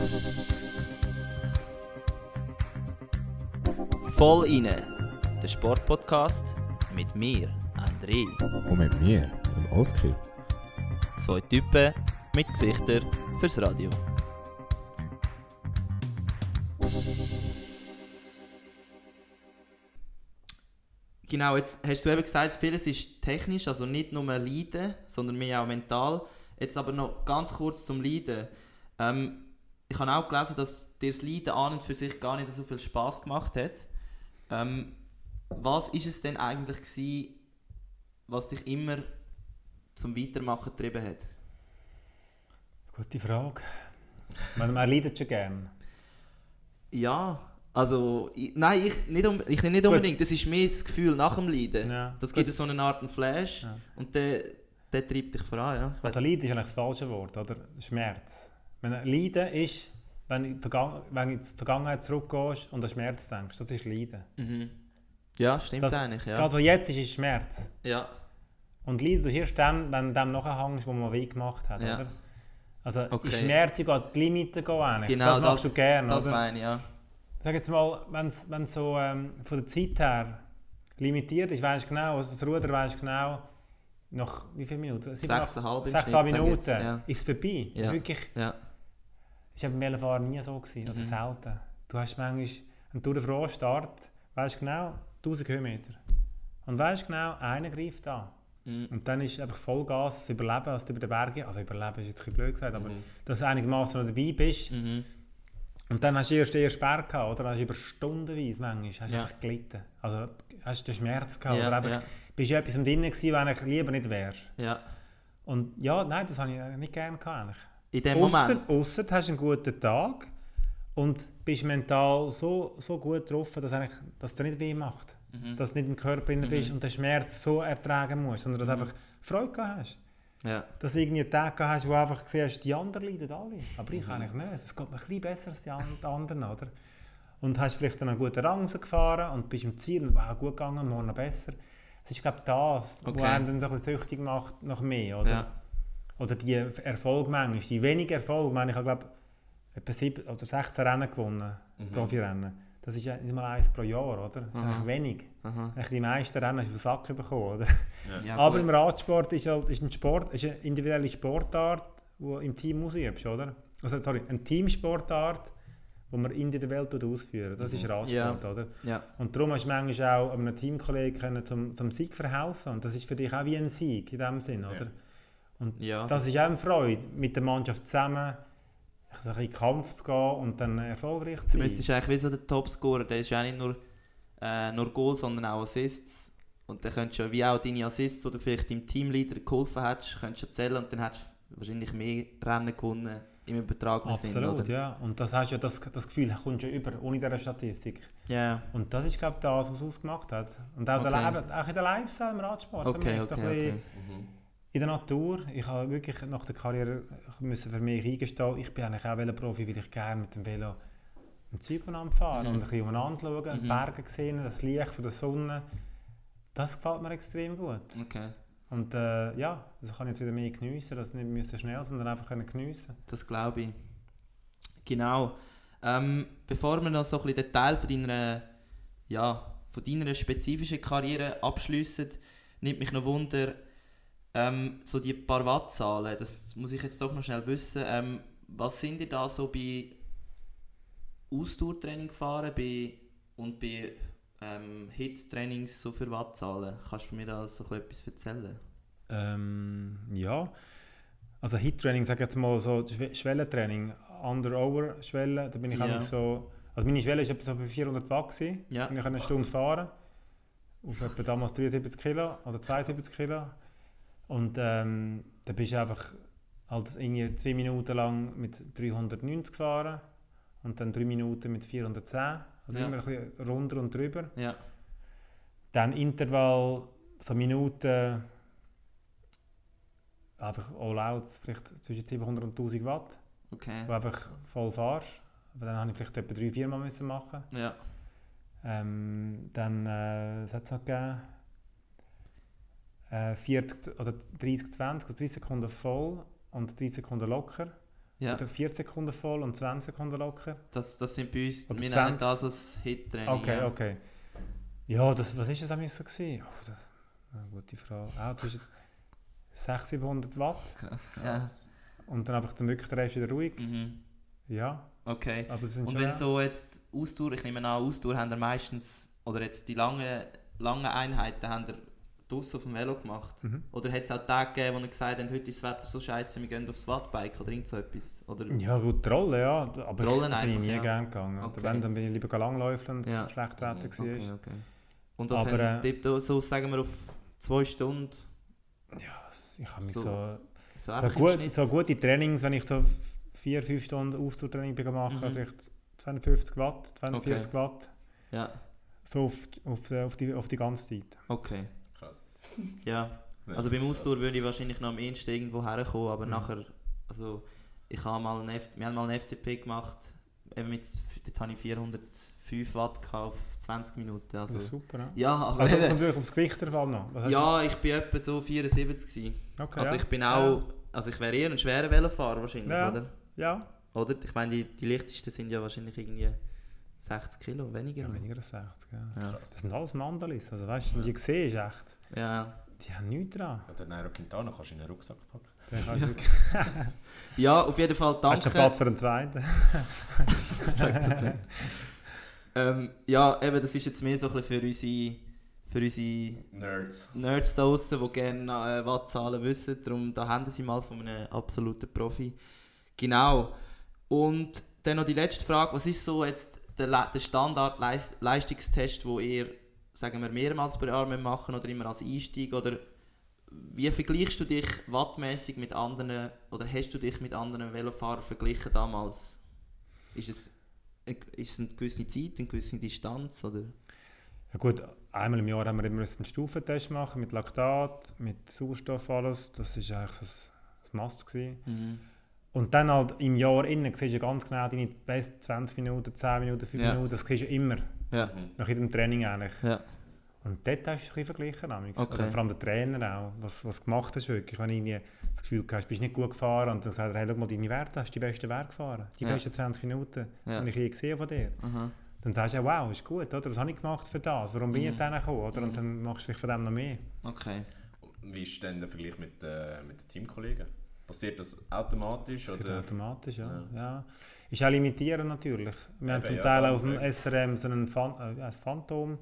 Voll inne, der Sportpodcast mit mir, André. Und mit mir, dem Oskar. Zwei Typen mit Gesichtern fürs Radio. Genau, jetzt hast du eben gesagt, vieles ist technisch, also nicht nur Leiden, sondern mehr auch mental. Jetzt aber noch ganz kurz zum Leiden. Ich habe auch gelesen, dass dir das Leiden an und für sich gar nicht so viel Spass gemacht hat. Was ist es denn eigentlich gewesen, was dich immer zum Weitermachen getrieben hat? Gute Frage. Man leidet schon gern. Ja, also nein, ich nicht unbedingt. Das ist mehr das Gefühl nach dem Leiden. Ja, das gibt so eine Art Flash, ja. Und der treibt dich voran. Ja. Also Leiden ist eigentlich das falsche Wort, oder? Schmerz. Leiden ist, wenn du in die Vergangenheit zurückgehst und an Schmerz denkst, das ist Leiden. Mhm. Ja, stimmt eigentlich. Ja. Also jetzt ist es Schmerz. Ja. Und Leiden ist erst dann, wenn du dem nachhängst, wo man weh gemacht hat, ja. Oder? Also okay. Schmerz, ich gehe an die Limiten eigentlich. Genau, das machst du gerne, das oder? meine ich, ja. Sag jetzt mal, wenn es so von der Zeit her limitiert ist, weisst du genau, das Ruder weisst genau, nach wie viele Minuten? 6,5 Minuten ja. Ist es vorbei. Ja. Wirklich, ja. Das war beim Velofahren nie so gewesen, oder selten. Du hast manchmal einen Tour de France Start, weisst genau, 1000 Höhenmeter. Und weisst genau, einer greift an. Und dann ist einfach Vollgas, das Überleben, also über den Bergen, also Überleben ist jetzt ein bisschen blöd gesagt, aber dass du einigermaßen noch dabei bist. Und dann hast du erst Berg gehabt, oder? Dann hast du über stundenweise manchmal hast du einfach gelitten. Also hast du den Schmerz gehabt, oder einfach, bist du etwas drin gewesen, wenn ich lieber nicht wärst. Ja. Und ja, nein, das habe ich nicht gerne gehabt. In dem Moment? Ausser hast einen guten Tag und bist mental so gut drauf, dass du nicht weh macht. Dass du nicht im Körper drin bist und den Schmerz so ertragen musst, sondern dass du einfach Freude gehabt hast. Ja. Dass du irgendwie einen Tag hast, wo du einfach siehst, die anderen leiden alle. Aber ich eigentlich nicht. Es geht mir ein bisschen besser als die anderen. Oder? Und hast vielleicht dann einen guten Rang gefahren und bist im Ziel und wow, gut gegangen, morgen noch besser. Es ist, glaube ich, das, was einen dann so ein bisschen süchtig macht nach mehr. Oder, oder die Erfolge manchmal, die wenigen Erfolge. Ich meine, ich habe, glaube ich, etwa 7 oder 16 Rennen gewonnen, Profirennen. Das ist ja nicht mal 1 pro Jahr, oder? Das ist eigentlich wenig. Die meisten Rennen hast du auf den Sack bekommen, oder? Ja, aber im Radsport ist ein Sport, ist eine individuelle Sportart, die du im Team ausübst, oder? Also, eine Teamsportart, die man individuell ausführen. Das ist Radsport, oder? Ja. Und darum hast du manchmal auch einem Teamkollegen zum Sieg verhelfen. Und das ist für dich auch wie ein Sieg in dem Sinn, oder? Und das ist auch eine Freude, mit der Mannschaft zusammen in den Kampf zu gehen und dann erfolgreich zu sein. Du müsstest eigentlich wie so der Topscorer, der ist ja nicht nur Goal, sondern auch Assists. Und dann könntest du wie auch deine Assists, die du vielleicht deinem Teamleader geholfen hättest, könntest du zählen und dann hättest du wahrscheinlich mehr Rennen gewonnen im übertragenen Sinn. Absolut, ja. Und das hast ja das Gefühl, kommst du ja über, ohne diese Statistik. Yeah. Und das ist, glaube ich, das, was es ausgemacht hat. Und auch, auch in der Lifestyle im Radsport. Okay. In der Natur, ich habe wirklich nach der Karriere müssen für mich eingestehen, ich bin eigentlich auch Veloprofi, weil ich gerne mit dem Velo im Zeug fahren und ein bisschen umeinander schauen, die Berge sehen, das Licht von der Sonne. Das gefällt mir extrem gut. Okay. Und das kann ich jetzt wieder mehr geniessen, dass nicht müssen schnell, sondern einfach geniessen. Das glaube ich. Genau. Bevor wir noch so ein bisschen den Teil von deiner spezifischen Karriere abschliessen, nimmt mich noch Wunder, so die paar Wattzahlen, das muss ich jetzt doch noch schnell wissen. Was sind ihr da so bei Ausdauertraining gefahren und bei HIIT-Trainings so für Wattzahlen? Kannst du mir da so etwas erzählen? Ja, also HIIT-Training, sag jetzt mal so Schwellentraining, Under-Over-Schwelle, da bin ich eigentlich so, also meine Schwelle war etwa bei 400 Watt gewesen, bin ich eine Stunde fahren, auf etwa damals 73 Kilo oder 72 Kilo. Und da bist du einfach halt irgendwie 2 Minuten lang mit 390 gefahren und dann 3 Minuten mit 410, also immer ein bisschen runter und drüber. Ja. Dann Intervall, so Minuten, einfach all out, vielleicht zwischen 700 und 1000 Watt, wo du einfach voll fährst. Aber dann habe ich vielleicht etwa 3-4 Mal müssen machen. Ja. Dann, was hat es noch gegeben? 40 oder 30-20, also 30 Sekunden voll und 30 Sekunden locker. Ja. Oder 40 Sekunden voll und 20 Sekunden locker. Das sind bei uns, Oder wir 20. nennen das als Hit-Training. Okay, ja. okay. Ja, was ist das eigentlich so gewesen? Oh, das ist eine gute Frage. Auch zwischen 600-700 Watt. Krass. Und dann einfach wirklich der Rest wieder ruhig. Ja. Mhm. Ja, Okay. aber das sind Und schon... wenn so jetzt Ausdauer, ich nehme an, Ausdauer haben wir meistens, oder jetzt die langen Einheiten haben wir draussen auf dem Velo gemacht? Mhm. Oder hat es auch Tage gegeben, wo ihr gesagt habt, heute ist das Wetter so scheiße, wir gehen aufs Wattbike oder irgend so etwas? Oder? Ja gut, die Rolle, ja. Aber Rollen da bin ich einfach, nie ja. gern gegangen. Okay. Wenn, dann bin ich lieber langläufeln, wenn es Ja. schlecht Wetter war. Okay. Und das Aber, haben die so, sagen wir, auf 2 Stunden? Ich habe mich So so einfach im Schnitt? so gute Trainings, wenn ich so 4-5 Stunden Ausdauertraining machen, vielleicht 250 Watt, 240 Watt. Ja, So auf die ganze Zeit. okay. Krass. Ja, also beim Ausdauer würde ich wahrscheinlich noch am ehesten irgendwo herkommen, aber nachher, also wir haben mal einen FTP gemacht, eben dort hatte ich 405 Watt auf 20 Minuten. Also, Das ist super, ja. ja, aber Also eben, kommt natürlich aufs Gewicht drauf noch. Was hast ja, ich bin etwa so 74 gewesen. du? Okay, Also ja. ich bin auch, also ich wäre eher ein schwerer Velofahrer wahrscheinlich, Ja. oder? Ja, Oder? Ich meine, die leichtesten sind ja wahrscheinlich irgendwie 60 Kilo, weniger. ja noch. weniger als 60. Ja. Ja. Das sind alles Mandalis. Also weißt du, die siehst echt, Ja. die haben nichts dran. Ja, den Nairo Quintana kannst du in einen Rucksack packen. Den kannst du wirklich... Ja, auf jeden Fall Hast du danke. Platz für einen zweiten? Ja, eben, das ist jetzt mehr so ein bisschen für unsere Nerds. Nerds da draussen, die gerne Wattzahlen wissen. Darum, da haben sie mal von einem absoluten Profi. Genau. Und dann noch die letzte Frage. Was ist so jetzt der Standard-Leistungstest, den ihr, sagen wir, mehrmals pro Jahr machen oder immer als Einstieg? Oder wie vergleichst du dich wattmäßig mit anderen, oder hast du dich mit anderen Velofahrern verglichen damals? Ist es eine gewisse Zeit, eine gewisse Distanz? Oder? Ja gut, einmal im Jahr haben wir immer einen Stufentest machen mit Laktat, mit Sauerstoff, alles. Das war eigentlich so das Must gewesen. Mhm. Und dann halt im Jahr innen siehst du ganz genau deine besten 20 Minuten, 10 Minuten, 5 Ja. Minuten, das siehst du immer. Ja. Nach jedem Training eigentlich. Ja. Und dort hast du ein bisschen verglichen. Amigs. Okay. Oder vor allem der Trainer auch, was du gemacht hast wirklich. Wenn du irgendwie das Gefühl hast, du bist nicht gut gefahren und dann sagt er, hey, schau mal deine Werte, hast du die besten Werte gefahren. Die Ja. besten 20 Minuten, Ja. die ich je gesehen von dir. Aha. Dann sagst du, ja, wow, ist gut, oder? Das habe ich gemacht für das. Warum bin ich dann gekommen, oder? Und dann machst du vielleicht von dem noch mehr. Okay. Wie ist denn der Vergleich mit den Teamkollegen? Passiert das automatisch? Das geht Oder? automatisch, ja. Ja. Ja. Ist auch limitierend natürlich. Wir haben Eben, zum ja, Teil darum auf dem frage ich. SRM so ein Phantom.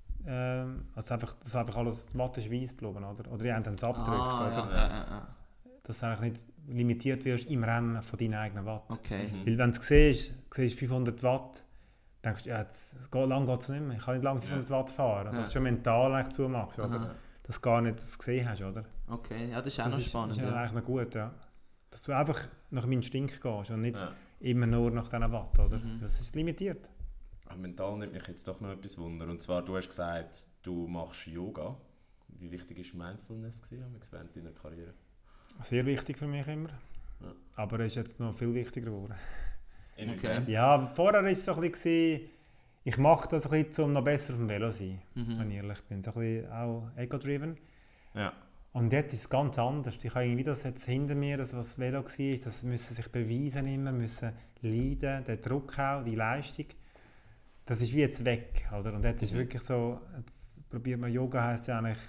Also einfach, das einfach alles das Watt ist weiss geblieben, oder? Oder die haben es abgedrückt, oder? Ja. Dass du eigentlich nicht limitiert wirst im Rennen von deinen eigenen Watt. Okay. Mhm. Weil wenn du siehst 500 Watt, denkst du, ja, lang geht es nicht mehr. Ich kann nicht lange 500 Watt fahren. Ja. Dass du schon mental eigentlich zumachst, oder? Aha. Dass du gar nicht das gesehen hast, oder? Okay, ja, das ist auch Das noch ist, spannend. ist ja Ja. eigentlich noch gut, ja. Dass du einfach nach dem Instinkt gehst und nicht Ja. immer nur nach diesen Watt, oder? Mhm. Das ist limitiert. Aber mental nimmt mich jetzt doch noch etwas Wunder. Und zwar, du hast gesagt, du machst Yoga. Wie wichtig war Mindfulness während deiner Karriere? Sehr wichtig für mich immer. Ja. Aber es ist jetzt noch viel wichtiger geworden. Inwiefern? Ja, vorher war es so ein bisschen, ich mache das ein bisschen, um noch besser auf dem Velo zu sein, wenn ich ehrlich bin. So ein bisschen auch ego-driven. Ja. Und jetzt ist es ganz anders. Ich habe irgendwie das jetzt hinter mir, das was Velo war, das müssen sich beweisen immer, müssen leiden, der Druck auch, die Leistung. Das ist wie jetzt weg, oder? Und jetzt ist wirklich so, jetzt probiert man, Yoga heisst ja eigentlich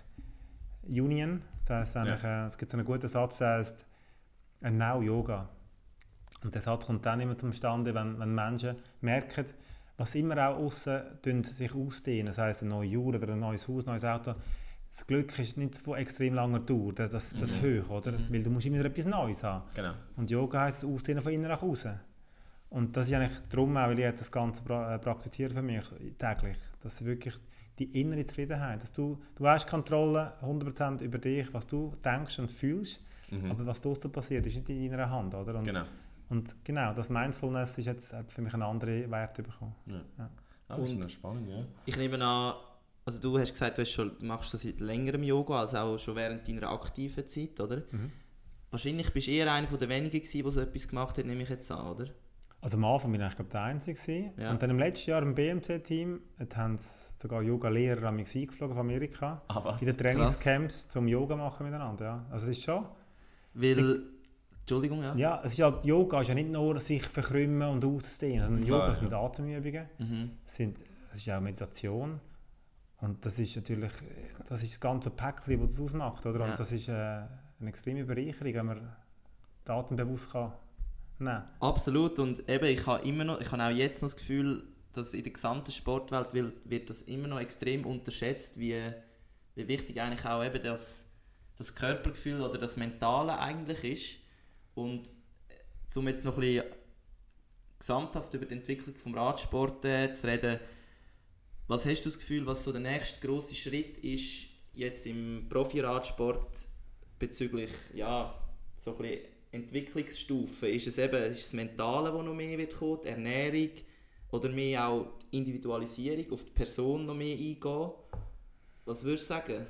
Union. Das heisst eigentlich, es gibt so einen guten Satz, der heißt Now Yoga. Und der Satz kommt dann immer zustande, wenn Menschen merken, was immer auch aussen sich ausdehnen, das heisst ein neues Jahr oder ein neues Haus, ein neues Auto. Das Glück ist nicht von extrem langer Dauer, das hoch, oder? Weil du musst immer etwas Neues haben. Genau. Und Yoga heisst das Ausdehnen von innen nach außen. Und das ist eigentlich darum auch, weil ich jetzt das Ganze praktiziere für mich täglich. Das ist wirklich die innere Zufriedenheit. Dass du hast Kontrolle 100% über dich, was du denkst und fühlst, aber was draussen passiert, ist nicht in deiner Hand, oder? Und genau, das Mindfulness hat für mich einen anderen Wert bekommen. Ja. Ja. Das ist Und- noch spannend, ja. Ich nehme an, also du hast gesagt, du machst das seit längerem Yoga, also auch schon während deiner aktiven Zeit, oder? Wahrscheinlich bist du eher einer der wenigen gewesen, der so etwas gemacht hat, nehme ich jetzt an, oder? Also am Anfang bin ich eigentlich der Einzige gewesen. Ja. Und dann im letzten Jahr im BMC-Team haben sie sogar Yoga-Lehrer an mich eingeflogen von Amerika. Ah, was? In den Trainingscamps zum Yoga machen miteinander. Ja. Also es ist schon... Weil, Entschuldigung, ja. Ja, es ist halt, Yoga ist ja nicht nur sich verkrümmen und ausdehnen, sondern Klar, Yoga sind ja. Atemübungen, es ist auch Meditation und das ist natürlich das ganze Päckchen, das das ausmacht, oder? Ja. Und das ist eine extreme Bereicherung, wenn man die Atem bewusst kann nehmen kann. Absolut, und eben, ich habe auch jetzt noch das Gefühl, dass in der gesamten Sportwelt wird das immer noch extrem unterschätzt, wie wichtig eigentlich auch eben das Körpergefühl oder das Mentale eigentlich ist. Und um jetzt noch ein bisschen gesamthaft über die Entwicklung des Radsport zu reden, was hast du das Gefühl, was so der nächste grosse Schritt ist jetzt im Profi-Radsport bezüglich so ein bisschen Entwicklungsstufen? Ist es das Mentale, das noch mehr wird kommen, die Ernährung oder mehr auch die Individualisierung, auf die Person noch mehr eingehen? Was würdest du sagen?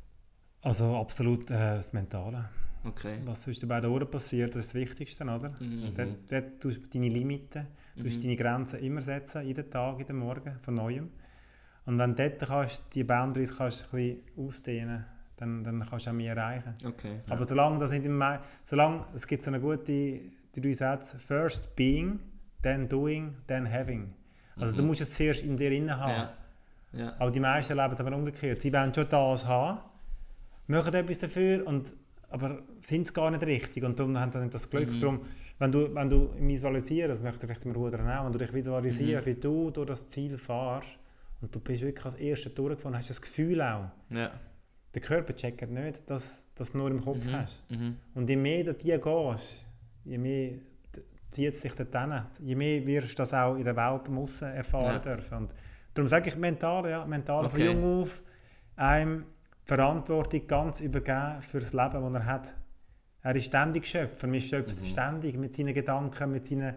Also absolut das Mentale. Okay. Was zwischen den beiden Ohren passiert, das ist das Wichtigste, oder? Dort tust du deine Limiten, tust deine Grenzen immer setzen, jeden Tag, jeden Morgen, von Neuem. Und wenn du dort die Boundaries ein bisschen ausdehnen, dann kannst du auch mehr erreichen. Okay. Aber solange das nicht es gibt so eine gute 3 Sätze, first being, then doing, then having. Also du musst es zuerst in dir innen haben. Ja. Aber die meisten leben aber umgekehrt. Sie wollen schon das haben, machen etwas dafür, aber sind es gar nicht richtig. Und darum haben sie nicht das Glück. Darum, wenn du im Visualisieren, das möchte ich vielleicht im Rudern auch, wenn du dich visualisierst, wie du durch das Ziel fährst und du bist wirklich als Erster durchgefahren, hast du das Gefühl auch. Ja. Der Körper checkt nicht, dass du es nur im Kopf hast. Und je mehr du die gehst, je mehr zieht es dich dorthin. Je mehr wirst du das auch in der Welt im Aussen erfahren dürfen. Und darum sage ich mental von jung auf, einem Verantwortung ganz übergeben für das Leben, das er hat. Er ist ständig Schöpfer, man schöpft ständig mit seinen Gedanken, mit seinen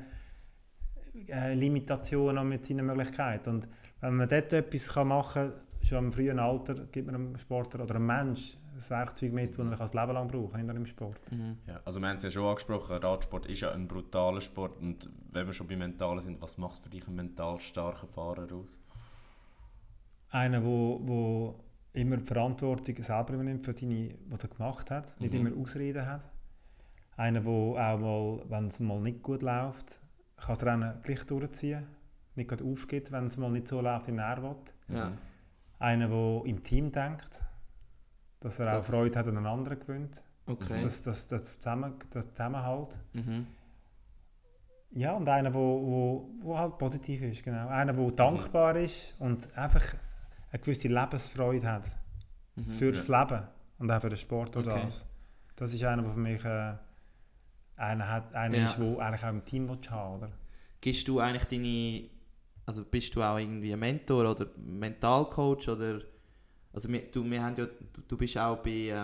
Limitationen und mit seinen Möglichkeiten. Und wenn man dort etwas machen kann, schon im frühen Alter, gibt man einem Sportler oder einem Mensch ein Werkzeug mit, das er das Leben lang braucht, nicht nur im Sport. Ja, also wir haben es ja schon angesprochen, Radsport ist ja ein brutaler Sport und wenn wir schon bei Mentalen sind, was macht für dich einen mental starken Fahrer aus? Einer, der immer die Verantwortung selber übernimmt für seine, was er gemacht hat, nicht immer Ausreden hat. Einer, der auch mal, wenn es mal nicht gut läuft, kann das Rennen gleich durchziehen, nicht gerade aufgibt, wenn es mal nicht so läuft, wie er will. Ja. Einer, der im Team denkt, dass er auch Freude hat, an einen anderen gewinnt. Okay. Das Zusammenhalt. Mhm. Ja, und einer, der halt positiv ist. Genau. Einer, der dankbar ist und einfach eine gewisse Lebensfreude hat für das Leben und auch für den Sport oder das. Das ist einer, der für mich einer ist, der eigentlich auch im Team haben, oder? Gibst du eigentlich bist du auch irgendwie ein Mentor oder Mentalcoach oder also wir haben ja, du bist auch bei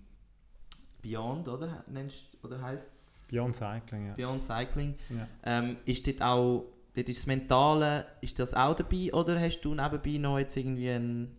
Beyond, oder? Oder heisst es? Beyond Cycling, ja. Beyond Cycling. Ja. Ist dort ist das Mentale, ist das auch dabei oder hast du nebenbei noch jetzt irgendwie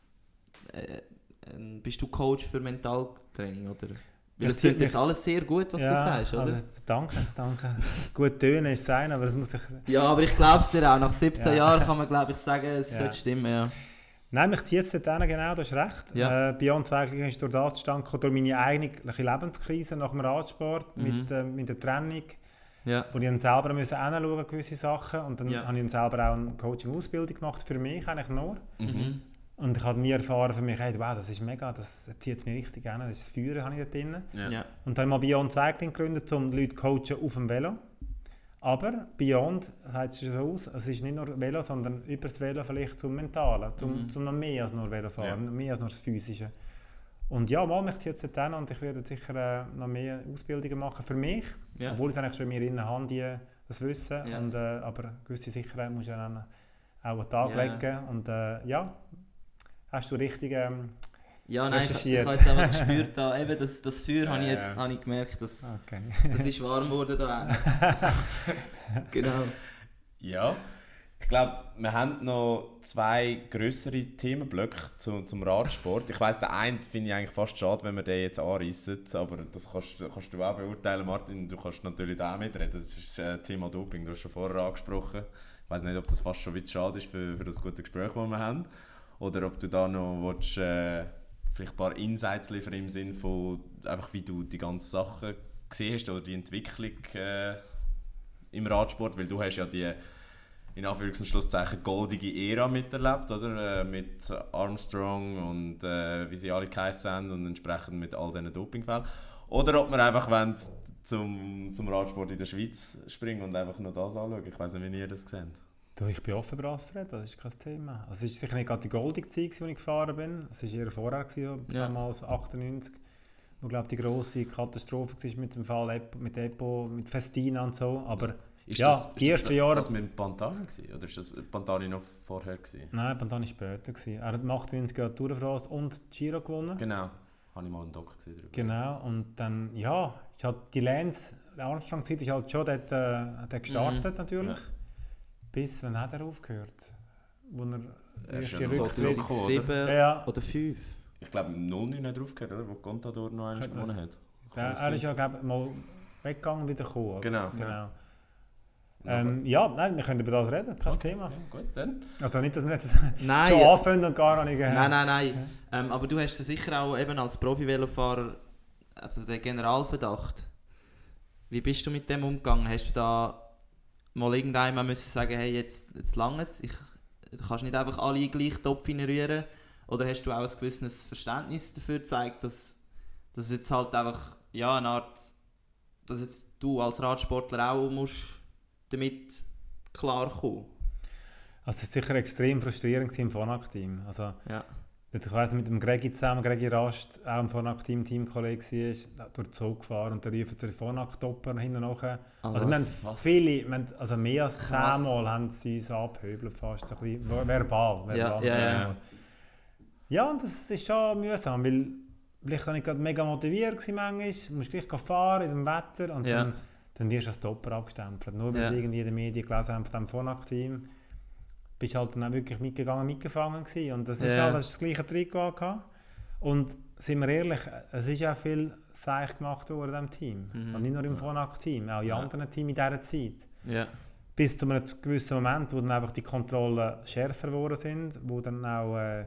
bist du Coach für Mentaltraining, oder? Weil es klingt jetzt alles sehr gut, was du sagst, oder? Also, danke. Gut tönen ist es ein, aber das muss ich... Ja, aber ich glaube es dir auch. Nach 17 Jahren kann man, glaube ich, sagen, es sollte stimmen, ja. Nein, mich zieht es dorthin, genau, du hast recht. Ja. Beyond Cycling ist durch das zustande gekommen, durch meine eigene Lebenskrise nach dem Radsport, mit der Trennung, wo ich dann selber hinschauen gewisse Sachen. Und dann habe ich dann selber auch eine Coaching-Ausbildung gemacht, für mich eigentlich nur. Und ich habe mir erfahren für mich, hey, wow, das ist mega, das zieht es mir richtig an, das ist das Feuer, habe ich da drin. Ja. Und dann habe ich mal Beyond Cycling gegründet, um Leute zu coachen auf dem Velo. Aber Beyond sieht es so aus, es ist nicht nur Velo, sondern über das Velo vielleicht zum Mentalen, zum noch mehr als nur Velo fahren, mehr als nur das Physische. Und ja, mal möchte ich jetzt dorthin und ich werde sicher noch mehr Ausbildungen machen für mich, obwohl ich es eigentlich schon in mir innen habe, das Wissen. Ja. Und, aber gewisse Sicherheit muss ich dann auch an den Tag legen. Und hast du richtig ja, nein, ich recherchiert? habe jetzt einfach gespürt, da, eben das Feuer habe ich gemerkt, das ist warm geworden da. Genau. Ja, ich glaube, wir haben noch 2 grössere Themenblöcke zum Radsport. Ich weiss, den einen finde ich eigentlich fast schade, wenn wir den jetzt anreissen, aber das kannst du auch beurteilen, Martin. Du kannst natürlich da auch mitreden. Das ist das Thema Doping, du hast schon vorher angesprochen. Ich weiss nicht, ob das fast schon wieder schade ist für das gute Gespräch, das wir haben. Oder ob du da noch willst, vielleicht ein paar Insights liefern im Sinne von, einfach wie du die ganzen Sachen gesehen hast oder die Entwicklung im Radsport, weil du hast ja die in Anführungs- und Schlusszeichen goldige Ära miterlebt, oder? Mit Armstrong und wie sie alle geheißen haben und entsprechend mit all diesen Dopingfällen. Oder ob wir einfach wollen, zum Radsport in der Schweiz springen und einfach nur das anschauen. Ich weiss nicht, wie ihr das seht. Du, ich bin offen über das zu reden, das ist kein Thema. Also es war sicher nicht gerade die goldige Zeit, als ich gefahren bin. Es war eher vorher, damals 98, wo glaube die grosse Katastrophe war mit dem Fall mit Epo, mit Festina und so. Aber Ist ja, das, die ersten Jahre... das mit Pantani gewesen? Oder ist das Pantani noch vorher gewesen? Nein, Pantani war später gewesen. Er hat im 98 Jahr Tour de France und Giro gewonnen. Genau, habe ich mal einen Doc gesehen darüber. Genau, und dann, ja, ist halt die Lance, der Armstrong-Zeit ist halt schon dort, hat er gestartet natürlich. Ja. Bis, wann hat er aufgehört? Wo er ist erste ja noch Rücktritt... zurückgekommen, 7 Ja. oder 5. Ich glaube, 09 hat er aufgehört, oder? Wo Contador noch einen gewonnen hat. Er ist ja glaub, mal weggegangen und wieder gekommen. Oder? Genau. Genau. Ja, nein, wir können über das reden, kein Thema. Ja, gut, dann. Also nicht, dass wir jetzt Nein, schon anfangen und gar nicht... Nein. Aber du hast sicher auch eben als Profi-Velofahrer, also den Generalverdacht. Wie bist du mit dem umgegangen? Hast du da mal irgendeinmal müssen sagen, hey, jetzt langt es, du kannst nicht einfach alle in den gleichen Topf rühren? Oder hast du auch ein gewisses Verständnis dafür gezeigt, dass jetzt halt einfach, ja, eine Art, dass jetzt du als Radsportler auch musst damit klarkommen? Also es war sicher extrem frustrierend im Phonak-Team. Also, Ja. ich weiss, mit dem Gregi zusammen, Gregi Rast, auch im Phonak-Team Teamkollege war, durch den Zug gefahren und da riefen sie den Phonak-Topper hinten nachher. Also wir haben viele, also mehr als 10 Mal haben sie uns abgehöbelt, fast so ein bisschen verbal. Ja. Ja, und das ist schon mühsam, weil ich dann nicht gerade mega motiviert war manchmal, du musst gleich fahren in dem Wetter und dann wirst du als Topper abgestempelt. Nur weil sie irgendwie in den Medien gelesen haben von diesem Phonak-Team, bist halt dann auch wirklich mitgefangen gewesen. Und das ist halt das gleiche Trikot gehabt. Und sind wir ehrlich, es ist auch viel Seich gemacht worden in diesem Team. Und nicht nur im Phonak-Team, auch in anderen Teams in dieser Zeit. Ja. Bis zu einem gewissen Moment, wo dann einfach die Kontrollen schärfer geworden sind, wo dann auch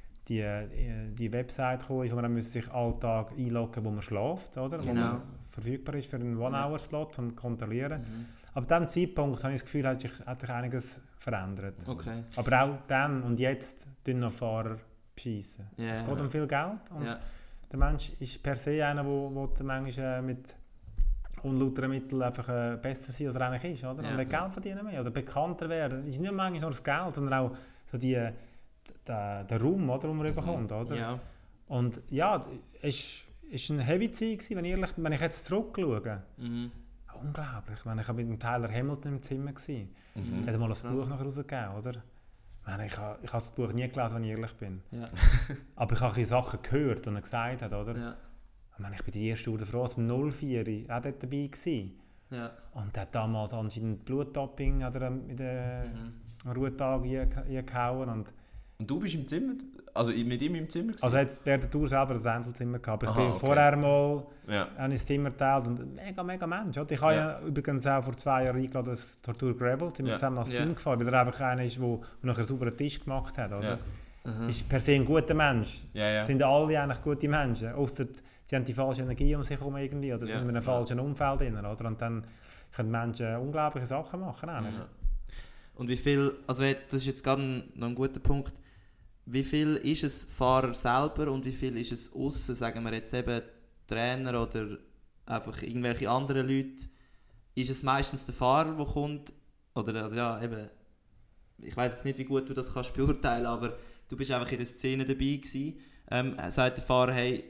die Website kam, wo man dann sich Alltag einloggen, wo man schläft, oder? Genau. Wo man verfügbar ist für einen One-Hour-Slot zum Kontrollieren. Ab diesem Zeitpunkt habe ich das Gefühl, hat sich einiges verändert. Okay. Aber auch dann und jetzt tun noch Fahrer beschissen. Yeah. Es geht um viel Geld und der Mensch ist per se einer, der manchmal mit unlauteren Mitteln einfach besser sein, als er eigentlich ist. Oder? Und will Geld verdienen mehr oder bekannter werden. Es ist nicht manchmal nur das Geld, sondern auch so der Raum, oder, den man bekommt. Oder? Ja. Und ja, es war eine heavy Zeit, wenn ich jetzt zurückschaue. Unglaublich. Ich war mit dem Tyler Hamilton im Zimmer. Er hat mal das Buch nachher rausgegeben, oder? Ich habe das Buch nie gelesen, wenn ich ehrlich bin. Ja. Aber ich habe Sachen gehört, die er gesagt hat, oder? Ja. Ich bin die erste Tour de France im 04 auch dort dabei gewesen. Ja. Und er hat damals anscheinend Blutdoping in den Ruhetag gehauen. Und du bist im Zimmer? Also mit ihm im Zimmer gewesen? also jetzt der Tour selber das Einzelzimmer gehabt. Aber ich bin okay. vorher mal ein Zimmer geteilt und mega Mensch. Oder? Ich habe ja übrigens auch vor 2 Jahren eingeladen, das Tortur Gravel, sind wir zusammen als Team gefahren, weil er einfach einer ist, der nachher einen sauberen Tisch gemacht hat. Oder? Ist per se ein guter Mensch. Sind alle eigentlich gute Menschen, ausser sie haben die falsche Energie um sich herum irgendwie oder sind in einem falschen Umfeld drin. Oder? Und dann können Menschen unglaubliche Sachen machen. Und wie viel, also das ist jetzt gerade noch ein guter Punkt, wie viel ist es Fahrer selber und wie viel ist es aussen, sagen wir jetzt eben Trainer oder einfach irgendwelche anderen Leute? Ist es meistens der Fahrer, der kommt? Oder also ja, eben, ich weiß jetzt nicht, wie gut du das kannst beurteilen, aber du bist einfach in der Szene dabei gewesen. Sagt der Fahrer, hey,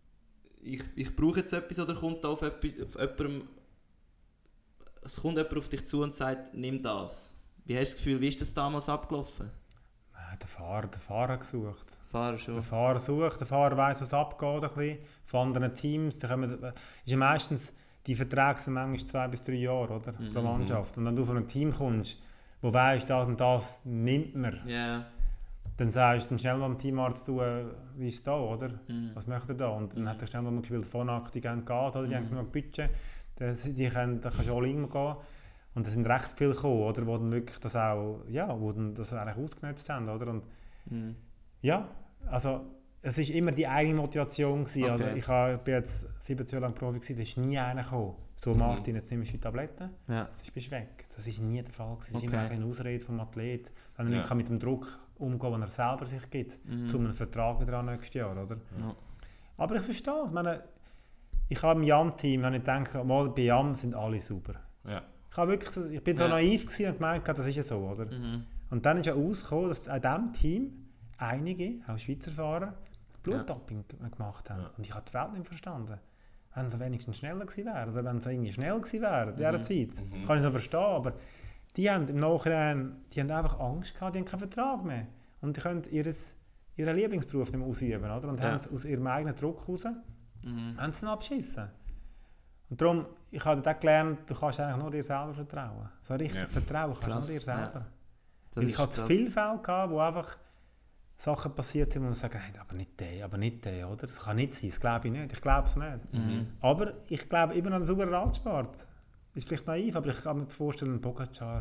ich brauche jetzt etwas, oder kommt da auf jemandem, es kommt jemand auf dich zu und sagt, nimm das. Wie hast du das Gefühl, wie ist das damals abgelaufen? Der Fahrer gesucht. Schon. Der Fahrer sucht, der Fahrer weiss, was abgeht. Ein bisschen. Von anderen Teams. Ist ja meistens, die Verträge sind manchmal 2 bis 3 Jahre oder? Pro Mannschaft. Und wenn du von einem Team kommst, wo weisst, das und das nimmt man, dann sagst du dann schnell mal dem Teamarzt, wie ist es da, oder? Was möchte er da? Und dann hat er schnell mal gespielt, Phonak, die gehen Gas, oder? Die haben genug Budget, da kannst du all in gehen. Und da sind recht viele gekommen, oder, wo dann wirklich das auch, wo dann das eigentlich ausgenutzt haben, oder? Und ja, also es war immer die eigene Motivation gewesen. Okay. Also ich bin jetzt 17 Jahre lang Profi gewesen, da ist nie einer gekommen. So, Martin, jetzt nimmst du die Tabletten, Ja. jetzt bist du weg. Das war nie der Fall gewesen. Das ist Okay. immer eine Ausrede vom Athlet. Wenn er Ja. nicht kann mit dem Druck umgehen, den er selber sich gibt, zu einem Vertrag wieder an nächstes Jahr, oder? Ja. Aber ich verstehe es. Ich meine, ich habe im Jan-Team, wenn ich denke, mal bei Jan sind alle super. Ja. Ich bin so Ja. naiv gewesen und gemeint, das ist ja so, oder? Und dann ist ja ausgekommen, dass in diesem Team einige, auch Schweizer Fahrer, Blutdoping gemacht haben. Ja. Und ich habe die Welt nicht verstanden. Wenn sie wenigstens schneller gewesen wären, oder wenn sie irgendwie schnell gewesen wären in dieser Zeit, kann ich es noch verstehen, aber die haben im Nachhinein, die haben einfach Angst gehabt, die haben keinen Vertrag mehr. Und die können ihren Lieblingsberuf nicht mehr ausüben, oder? Und Ja. haben aus ihrem eigenen Druck heraus, haben sie ihn abgeschissen. Und darum, ich habe dort gelernt, du kannst eigentlich nur dir selber vertrauen. So richtig vertrauen kannst du Krass, nur dir selber. ja. Weil ich hatte zu viele Fälle gehabt, wo einfach Sachen passiert sind, wo man sagt, hey, aber nicht der, oder? Das kann nicht sein, das glaube ich nicht, ich glaube es nicht. Aber ich glaube immer an den sauberen Radsport. Ist vielleicht naiv, aber ich kann mir vorstellen, ein Pogacar,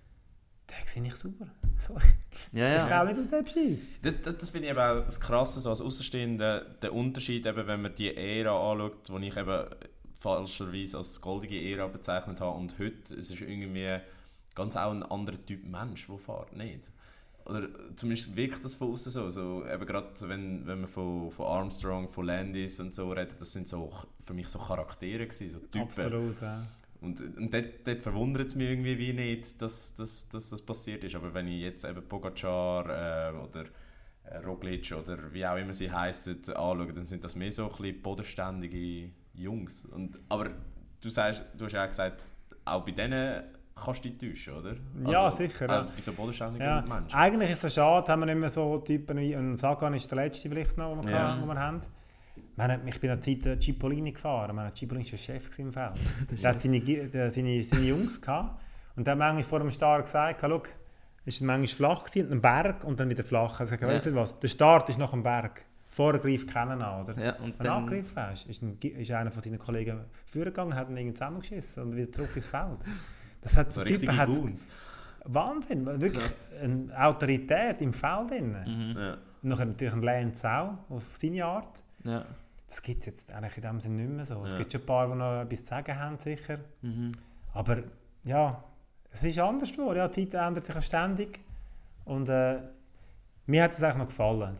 der sehe ich super. Sorry. Ja, Ich glaube nicht, dass der bescheißt. Das finde ich eben auch das Krasse, so als Außenstehender, der Unterschied, eben, wenn man die Ära anschaut, die ich eben falscherweise als goldige Ära bezeichnet habe, und heute, es ist irgendwie ganz auch ein anderer Typ Mensch, der fährt, nicht? Oder zumindest wirkt das von außen so. So eben gerade wenn man von Armstrong, von Landis und so redet, das sind so für mich so Charaktere gewesen, so Typen. Absolut, ja. Und dort verwundert es mich irgendwie wie nicht, dass das passiert ist. Aber wenn ich jetzt eben Pogacar oder Roglic oder wie auch immer sie heissen, anschaue, dann sind das mehr so ein bisschen bodenständige Jungs. Aber du hast ja auch gesagt, auch bei denen kannst du dich täuschen, oder? Ja, sicher. Ja. Bei so bodenständigen Ja. Menschen. Eigentlich ist es schade, haben wir nicht mehr so Typen wie ein Sagan ist der letzte vielleicht noch, den Ja. wir haben. Ich bin eine Zeit Cipollini gefahren. Cipollini war der Chef im Feld. Der hat seine Jungs gehabt. Und der hat manchmal vor dem Start gesagt, schau, es war manchmal flach gewesen, ein Berg und dann wieder flach. Er sagt, weißt du was, der Start ist nach dem Berg. Vorher greift keiner an, oder? Ja, und Wenn du dann, angegriffen hast, ist einer von seinen Kollegen vorgegangen, hat ihn irgendwie zusammengeschissen und wieder zurück ins Feld. Das hat So der Typ richtige hat Goons. Wahnsinn, wirklich eine Autorität im Feld drin. Ja. Und nachher natürlich ein Lance auch, auf seine Art. ja. Das gibt es jetzt eigentlich in dem Sinne nicht mehr so. Es Ja. gibt schon ein paar, die noch etwas zu sagen haben, sicher. Aber ja, es ist anders geworden. Ja, die Zeit ändert sich ja ständig. Und mir hat es eigentlich noch gefallen,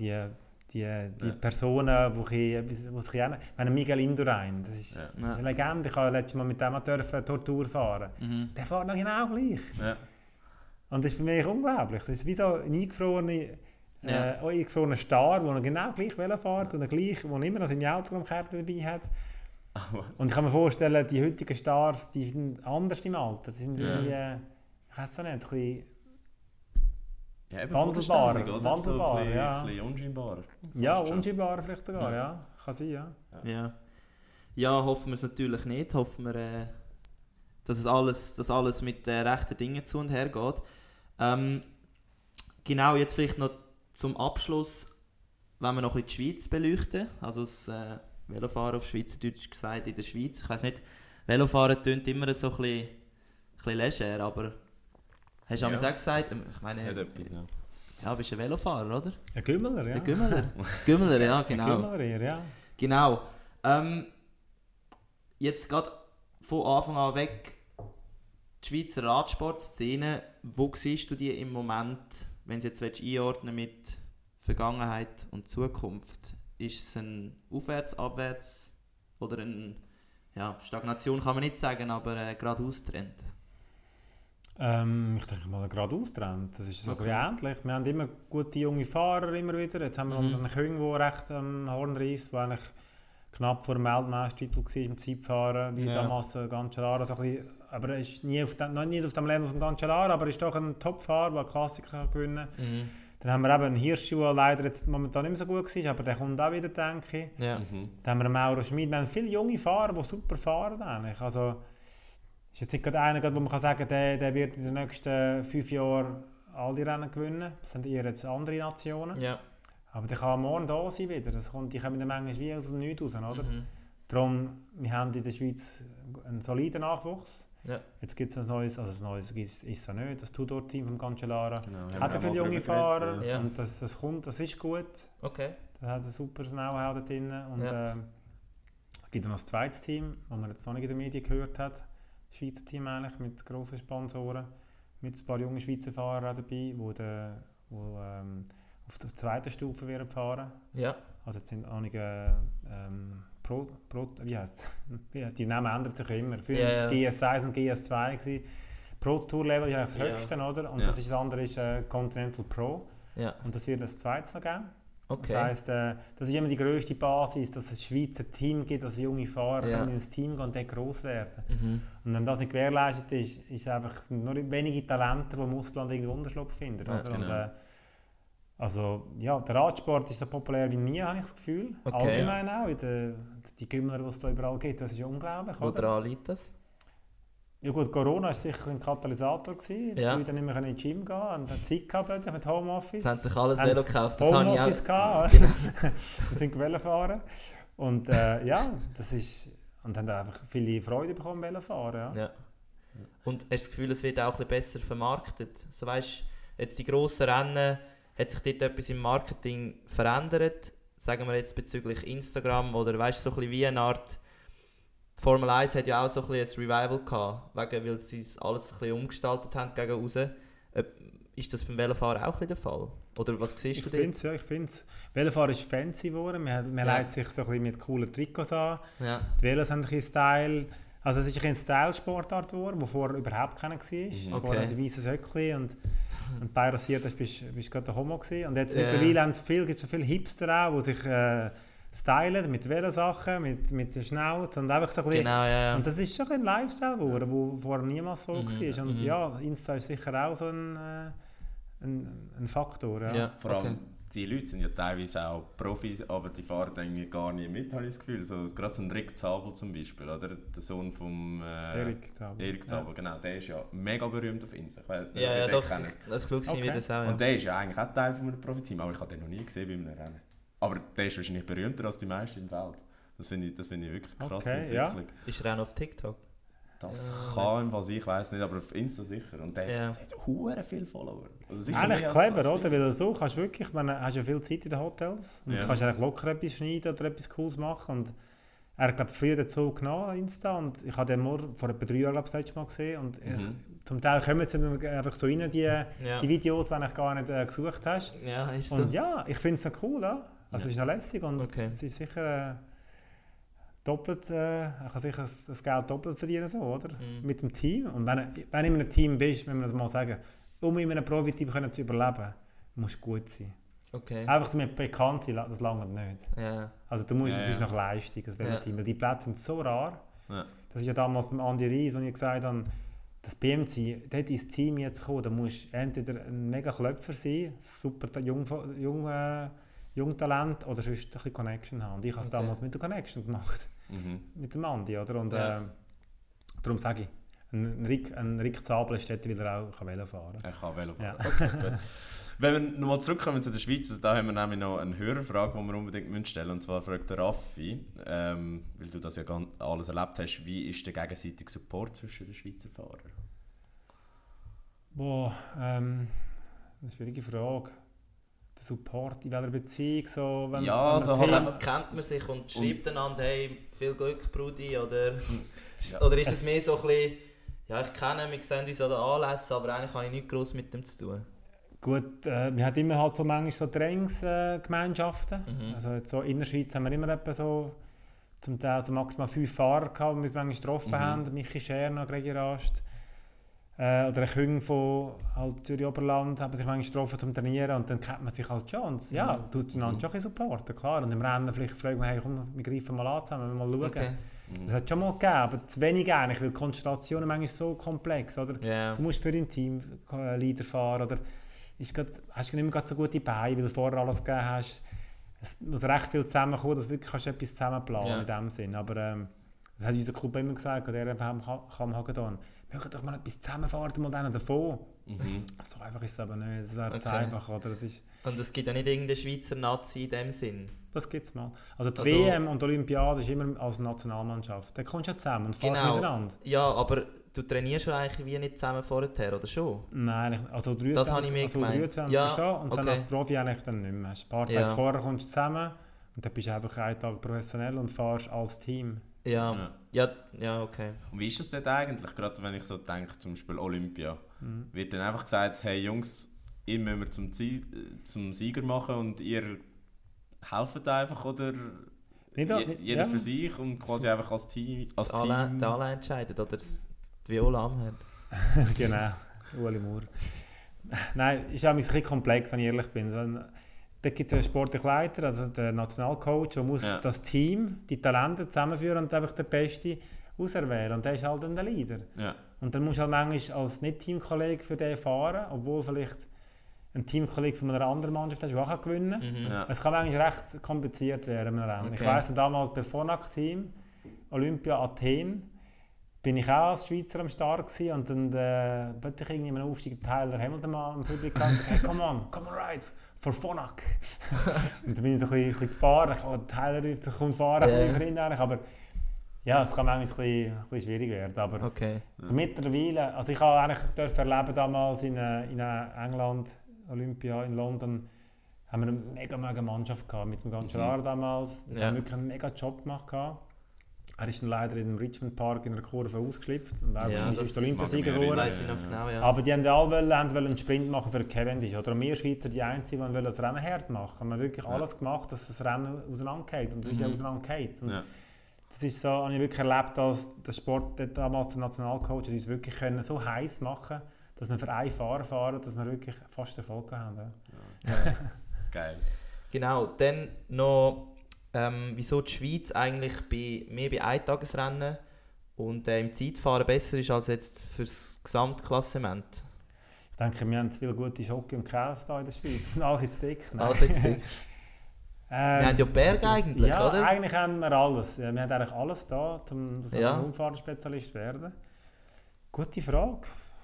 die Personen, die sich kennen. Ich meine, Miguel Indurain, das ist Ja. eine Legende. Ich habe letztes Mal mit dem Tortur fahren. Der fährt noch genau gleich. Ja. Und das ist für mich unglaublich. Das ist wie so ein eingefrorener Star, der genau gleich Velo fährt und wo immer noch seine Autogrammkarte dabei hat. Und ich kann mir vorstellen, die heutigen Stars, die sind anders im Alter. Die sind irgendwie, ich weiß auch nicht, ein bisschen Ja, eben Wandelbar, bodenständig, oder? wandelbar, so ein bisschen, ja. ein bisschen unscheinbar. ja, Fast schon. unscheinbar vielleicht sogar, ja. Kann sein, ja. Ja. Ja, hoffen wir es natürlich nicht. Hoffen wir, dass alles mit rechten Dingen zu und her geht. Genau, jetzt vielleicht noch zum Abschluss, wenn wir noch ein bisschen die Schweiz beleuchten. Also das Velofahren auf Schweizerdeutsch gesagt in der Schweiz. Ich weiss nicht, Velofahren tönt immer so ein bisschen leger, aber hast du Ja. auch gesagt, ich meine, Hat etwas, ja. ja, bist ein Velofahrer, oder? Ein Gümmeler, ja. Ein Gümmeler. Gümmeler, ja, genau. Gümmeler, ja. Genau. Jetzt gerade von Anfang an weg, die Schweizer Radsportszene, wo siehst du die im Moment, wenn du jetzt einordnen mit Vergangenheit und Zukunft? Ist es ein Aufwärts-, Abwärts- oder eine Stagnation kann man nicht sagen, aber geradeaus-Trend? Ich denke mal, geradeaus Trend. Das ist so Okay. ähnlich. Wir haben immer gute junge Fahrer immer wieder. Jetzt haben wir einen König, der recht am Horn reisst, der eigentlich knapp vor dem Weltmeistertitel war im Zeitfahren, wie Ja. damals Cancellara. So aber er ist nie auf dem Level von Cancellara, aber er ist doch ein Top-Fahrer, der einen Klassiker gewinnen kann. Dann haben wir eben einen Hirsch, der leider jetzt momentan nicht mehr so gut war, aber der kommt auch wieder, denke ich. Ja. Mhm. Dann haben wir einen Mauro Schmid. Wir haben viele junge Fahrer, die super fahren eigentlich. Also, ist jetzt nicht gerade einer, wo man kann sagen kann, der wird in den nächsten 5 Jahren all die Rennen gewinnen. Das sind eher jetzt andere Nationen. Ja. Aber der kann morgen da sein wieder. Die kommen dann manchmal wie aus dem Nichts raus, oder? Mhm. Darum, wir haben in der Schweiz einen soliden Nachwuchs. Ja. Jetzt gibt es ein neues ist es ja nicht, das Tudor-Team von Cancellara. Genau, Hat wir viele mal junge drüber Fahrer geredet, ja. und das kommt, das ist gut. Okay. Das hat ein super Know-how da drin. Und es gibt noch ein zweites Team, das man jetzt noch nicht in den Medien gehört hat. Das Schweizer Team eigentlich, mit grossen Sponsoren, mit ein paar jungen Schweizer Fahrern auch dabei, die auf der zweiten Stufe werden fahren. Ja. Also jetzt sind einige wie heißt die Namen ändern sich immer. Früher war es GS1 und GS2 gewesen. Pro Tour Level ist eigentlich das höchste, oder? Und das andere ist Continental Pro. Ja. Und das wird das zweite noch geben. Okay. Das heisst, das ist immer die grösste Basis, dass es ein Schweizer Team gibt, dass junge Fahrer können ins Team gehen und dort gross werden. Und wenn das nicht gewährleistet ist, ist es einfach nur wenige Talente, die im Ausland irgendwo Unterschlupf finden. Oder? Genau. Und, also, ja, der Radsport ist so populär wie nie, habe ich das Gefühl. Okay, Allgemein auch. Die Gümmler, die es da überall gibt, das ist ja unglaublich. Woran liegt das? Ja gut, Corona war sicher ein Katalysator. Die Leute nicht mehr in die Gym gehen und Zeit gehabt mit Homeoffice. Sie haben sich alles Velo gekauft. Das Homeoffice gehabt. Genau. Und sind Velo fahren. Und das ist... Und haben einfach viele Freude bekommen, Velo fahren. Ja. Und hast du das Gefühl, es wird auch ein bisschen besser vermarktet? So weißt, jetzt die grossen Rennen, hat sich dort etwas im Marketing verändert? Sagen wir jetzt bezüglich Instagram oder weißt, so ein bisschen wie eine Art... Die Formel 1 hat ja auch so ein bisschen ein Revival gehabt, weil sie es alles ein bisschen umgestaltet haben gegen raus. Ist das beim Velofahren auch ein bisschen der Fall? Oder was siehst du da? Ich finde es. Velofahren ist fancy geworden. Man leitet sich so ein bisschen mit coolen Trikots an. Ja. Die Velos haben ein bisschen Style. Also es ist ein Style-Sportart geworden, die vorher überhaupt keiner war. Vorher die weißen Söckchen und beirasiert hast, bist du gerade der Homo gewesen. Und jetzt mittlerweile gibt es so viele Hipster auch, die sich stylen mit Velosachen, mit der Schnauze und einfach so ein bisschen. Genau, Und das ist schon ein Lifestyle geworden, der vorher niemals so war. Und ja, Insta ist sicher auch so ein Faktor. Ja. Vor allem, die Leute sind ja teilweise auch Profis, aber die fahren irgendwie gar nicht mit, habe ich das Gefühl. So, gerade so ein Rick Zabel zum Beispiel, oder? Der Sohn von Erik Zabel, genau. Der ist ja mega berühmt auf Insta. Ich weiss nicht, ja, doch, das schaue ich wieder so. Und der ist ja eigentlich auch Teil von einem Profiteam, aber ich habe den noch nie gesehen bei einem Rennen. Aber der ist wahrscheinlich berühmter als die meisten im Feld. Das finde ich wirklich eine krasse Entwicklung. Ja. Ist er auch noch auf TikTok? Das kann was ich weiß nicht, aber auf Insta sicher. Und der hat hure viele Follower. Also eigentlich clever, oder? Weil so kannst du wirklich, ich meine, hast ja viel Zeit in den Hotels und du kannst eigentlich locker etwas schneiden oder etwas Cooles machen. Und er hat, glaube ich, früher dazu genommen, Insta, und ich habe den nur vor etwa 3 Jahren, glaube ich, das letzte Mal gesehen. Und zum Teil kommen jetzt einfach so rein, die Videos, die du gar nicht gesucht hast. Ja, ist so. Und ja, ich finde es noch cool, ja. Also es ist noch lässig und es ist sicher doppelt, ich kann sicher das Geld doppelt verdienen, so, oder? Mit dem Team. Und wenn du in einem Team bist, wenn wir das mal sagen, um in einem Profiteam zu überleben, musst du gut sein. Okay. Einfach damit bekannt sein, das lange nicht. Ja. Also du musst, es ist noch Leistung, das Team, weil die Plätze sind so rar. Ja. Das ist ja damals beim Andi Reis, als ich gesagt habe, das BMC, dort ins Team jetzt kommen, da musst du entweder ein mega Klöpfer sein, super Jungtalent, oder sonst ein bisschen Connection haben. Und ich habe es damals mit der Connection gemacht. Mit dem Andi, oder? Und darum sage ich, ein Rick Zabel ist dort, weil er auch Velo fahren kann. Er kann Velo fahren. Ja. Okay, wenn wir nochmal zurückkommen zu der Schweiz, also da haben wir nämlich noch eine Hörerfrage, die wir unbedingt stellen müssen. Und zwar fragt der Raffi, weil du das ja alles erlebt hast, wie ist der gegenseitige Support zwischen den Schweizer Fahrern? Eine schwierige Frage. Der Support in welcher Beziehung? So, kennt man sich und schreibt einander, hey, viel Glück, Brudi, oder ist es mehr so ein bisschen, ja, ich kenne ihn, wir sehen uns an den Anlässen, aber eigentlich habe ich nichts gross mit dem zu tun. Gut, wir haben immer halt so manchmal so Trainingsgemeinschaften. Also jetzt so in der Schweiz haben wir immer etwa so zum Teil so maximal 5 Fahrer gehabt, die wir manchmal getroffen haben. Michi Scherner, Gregi Rast. Oder ein Küng von halt Zürich-Oberland haben sich manchmal getroffen zum Trainieren und dann kennt man sich halt schon. Und ja, tut einander schon ein bisschen supporten, klar. Und im Rennen vielleicht fragen wir, hey, komm, wir greifen mal an zusammen, mal schauen. Okay. Das hat schon mal gegeben, aber zu wenig eigentlich, weil die Konstellationen manchmal so komplex, oder? Yeah. Du musst für dein Team Leader fahren, oder hast du nicht mehr so gute Beine, weil du vorher alles gegeben hast. Es muss recht viel zusammenkommen, dass du wirklich etwas zusammenplanen in dem Sinn. Aber es Das hat unser Club immer gesagt, der RFM Cham Hagedorn. Wir können doch mal etwas zusammenfahren, mal dann davon. So einfach ist es aber nicht, das wäre zu einfach. Oder? Das ist, und es gibt ja nicht irgendeine Schweizer Nazi in dem Sinn? das gibt es mal. Also die WM und die Olympiade ist immer als Nationalmannschaft. Da kommst du ja zusammen und fährst miteinander. Ja, aber du trainierst ja eigentlich wie nicht zusammen vorher, oder schon? Nein, also 23, das habe ich mir gemeint. 23 ja, schon und dann als Profi eigentlich dann nicht mehr. Ein paar Tage vorher kommst du zusammen und dann bist du einfach einen Tag professionell und fährst als Team. Ja, okay. Und wie ist das dort eigentlich, gerade wenn ich so denke, zum Beispiel Olympia? Wird dann einfach gesagt, hey Jungs, ihr müsst zum Sieger machen und ihr helft einfach, oder jeder für sich und quasi einfach als Team? Der alle entscheidet, oder die Viola am Herd. Genau, Ueli Maurer. Nein, ist auch ein bisschen komplex, wenn ich ehrlich bin. Da gibt es einen sportlichen Leiter, also den Nationalcoach, der muss das Team, die Talente zusammenführen und einfach den Besten auserwählen. Und der ist halt dann der Leader. Ja. Und dann musst du halt manchmal als Nicht-Teamkollege für den fahren, obwohl vielleicht ein Teamkollege von einer anderen Mannschaft auch gewinnen kann. Ja. Es kann manchmal recht kompliziert werden. Ich weiss, damals bei Phonak-Team, Olympia Athen, bin ich auch als Schweizer am Start gewesen, und dann plötzlich irgendwie einen Aufstieg Tyler Hamilton am Publikum und gesagt, hey, come on ride for Phonak. Und dann bin ich so ein bisschen gefahren, Tyler ruft, ich komme fahren, eigentlich, aber ja, es kann manchmal ein bisschen schwierig werden, aber mittlerweile, also ich habe eigentlich erleben damals in England, Olympia in London, haben wir eine mega Mannschaft gehabt, mit dem ganzen Gerard damals, die haben wirklich einen mega Job gemacht gehabt. Er ist dann leider in dem Richmond Park in einer Kurve ausgeschlüpft und ist der Olympiasieger geworden. Aber die haben alle einen Sprint machen für Cavendish. Oder wir Schweizer die Einzigen, die das Rennen hart machen. Wir haben wirklich alles gemacht, dass das Rennen auseinandergeht. Und das ist ja auseinandergeht. Das ist so, habe ich wirklich erlebt, dass der Sport, damals der Nationalcoach, uns wirklich so heiß machen, dass wir für einen Fahrer fahren, dass wir wirklich fast Erfolg haben. Ja. Geil. Genau, dann noch wieso die Schweiz eigentlich mehr bei Eintagesrennen und im Zeitfahren besser ist als jetzt für das Gesamtklassement? Ich denke, wir haben zu viele gute Schoki und Käse hier in der Schweiz. Alle zu dick. Wir haben ja Berge eigentlich, ja, oder? Eigentlich haben wir alles. Wir haben eigentlich alles da, um ein Unfahrspezialist zu werden. Gute Frage.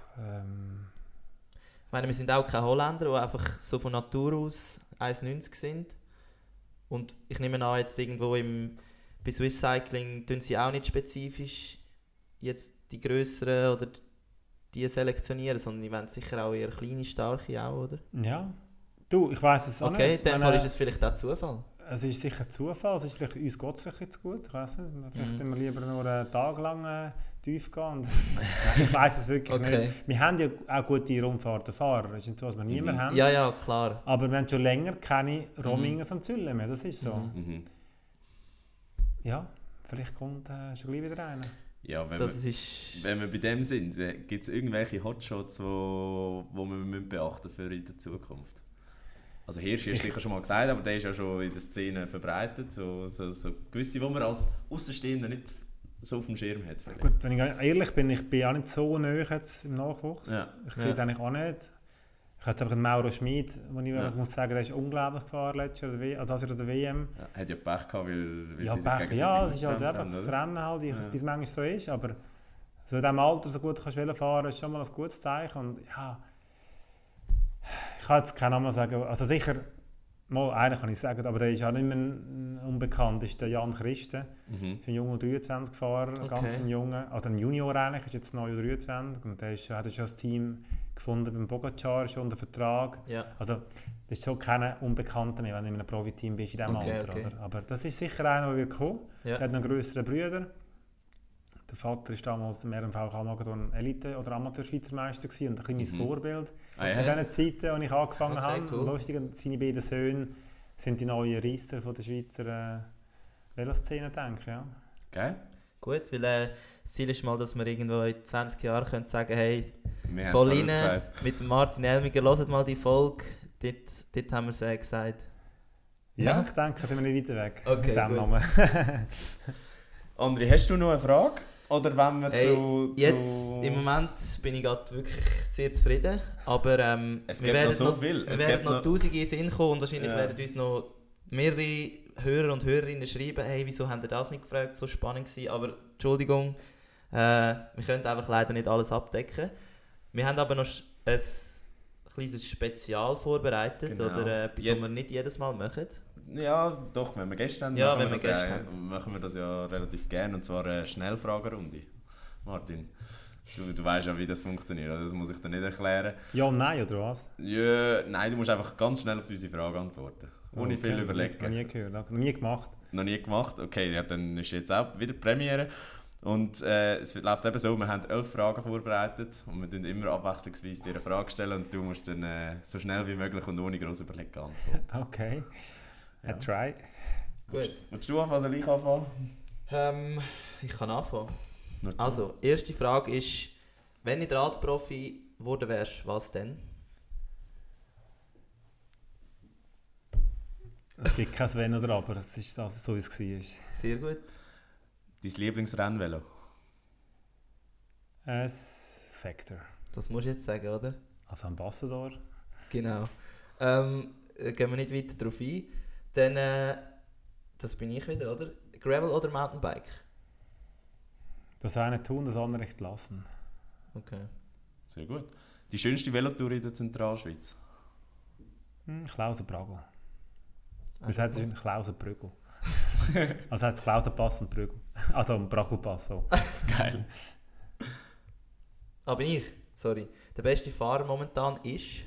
Ich meine, wir sind auch keine Holländer, die einfach so von Natur aus 1,90 sind. Und ich nehme an, jetzt irgendwo bei Swiss Cycling tun sie auch nicht spezifisch jetzt die grösseren oder die selektionieren, sondern die wollen sicher auch eher kleine, starke auch, oder? Ja. Du, ich weiss es auch nicht. Okay, in dem Fall ist es vielleicht auch Zufall. Es ist sicher Zufall, es ist vielleicht uns geht es vielleicht zu gut, ich weiss nicht. Vielleicht wir lieber nur einen Tag lang tief gehen. Ich weiss es wirklich nicht. Wir haben ja auch gute Rundfahrtenfahrer, das ist nicht so, was wir nie mehr haben. Ja, klar. Aber wir haben schon länger keine Romingers und Zülle mehr, das ist so. Ja, vielleicht kommt schon gleich wieder einer. Ja, wenn wir bei dem sind, gibt es irgendwelche Hotshots, die wir beachten für in der Zukunft? Also Hirsch hast du sicher schon mal gesagt, aber der ist ja schon in der Szene verbreitet. So gewisse, die man als Außenstehender nicht so auf dem Schirm hat. Vielleicht. Gut, wenn ich ehrlich bin, ich bin auch nicht so nahe jetzt im Nachwuchs. Ja. Ich sehe es eigentlich auch nicht. Ich hatte einfach einen Mauro Schmid, wo ich muss sagen, der ist unglaublich gefahren letztes Jahr, also der WM. Ja, hat ja Pech gehabt, weil sie sich gegenseitig das ist halt einfach das Rennen halt, bis es manchmal so ist, aber so in diesem Alter so gut kannst du fahren, ist schon mal ein gutes Zeichen. Und ja, ich kann jetzt keinen Namen sagen, also sicher, mal einen kann ich sagen, aber der ist auch nicht mehr unbekannt, ist der Jan Christen. Das ist ein junger 23-Fahrer, ganz ein junger, also ein Junior eigentlich, ist jetzt neu 23 und der hat schon das Team gefunden beim Pogacar, schon unter Vertrag. Ja. Also das ist schon kein Unbekannter mehr, wenn du in einem Profi-Team bist in diesem Alter. Oder? Aber das ist sicher einer, der wird kommen. Ja. Der hat noch grössere Brüder. Der Vater war damals im RMV Hagedorn Elite- oder Amateur-Schweizer Meister gewesen, und ein bisschen mein Vorbild. In diesen Zeiten, als ich angefangen habe. Cool. Lustig, seine beiden Söhne sind die neuen Reisser von der Schweizer Veloszene, denke ich. Ja. Okay. Gut, weil das Ziel ist mal, dass wir irgendwo in 20 Jahren können sagen, hey, voll rein mit Martin Elmiger, hört mal die Folge, dort haben wir es gesagt. Ja, ich denke, sind wir nicht weiter weg mit dem Namen. André, hast du noch eine Frage? Oder wenn wir jetzt im Moment bin ich gerade wirklich sehr zufrieden, aber es gibt noch so viel. Wir werden noch Tausende in den Sinn kommen und wahrscheinlich werden uns noch mehrere Hörer und Hörerinnen schreiben, hey, wieso habt ihr das nicht gefragt, so spannend gewesen. Aber Entschuldigung, wir können einfach leider nicht alles abdecken. Wir haben aber noch ein kleines Spezial vorbereitet, Genau. oder etwas, was wir nicht jedes Mal machen. Ja, doch, wenn wir Gäste haben, Ja, machen, wenn wir wir das Gäste ja, haben. machen wir das ja relativ gerne. Und zwar eine Schnellfragerunde. Martin, du weißt ja, wie das funktioniert, also das muss ich dir nicht erklären. Ja und nein, oder was? Ja, nein, du musst einfach ganz schnell auf unsere Frage antworten. Ohne viel Noch überlegen. nie gehört, noch nie gemacht. Noch nie gemacht? Okay, ja, dann ist jetzt auch wieder Premiere. Und es läuft eben so, wir haben 11 Fragen vorbereitet und wir tun immer abwechslungsweise dir eine Frage stellen und du musst dann so schnell wie möglich und ohne groß überlegen antworten. Okay, Ja. I try. Gut. Willst du anfangen, soll ich anfangen? Ich kann anfangen. Nur zu. Also, erste Frage ist, wenn du Radprofi geworden wärst, was denn? Es gibt kein Wenn oder Aber, es ist also so, wie es war. Sehr gut. Dein Lieblingsrennvelo? Ein Factor. Das musst du jetzt sagen, oder? Also Ambassador. Genau. Gehen wir nicht weiter darauf ein. Dann, das bin ich wieder, oder? Gravel oder Mountainbike? Das eine tun, das andere nicht lassen. Okay. Sehr gut. Die schönste Velotour in der Zentralschweiz? Klausenbragel. Also, Das heißt, es ist Klausenbrügel. Also heißt Klausenpass und Brügel. Also ein Bragelpass. So. Geil. bin ich. Sorry. Der beste Fahrer momentan ist...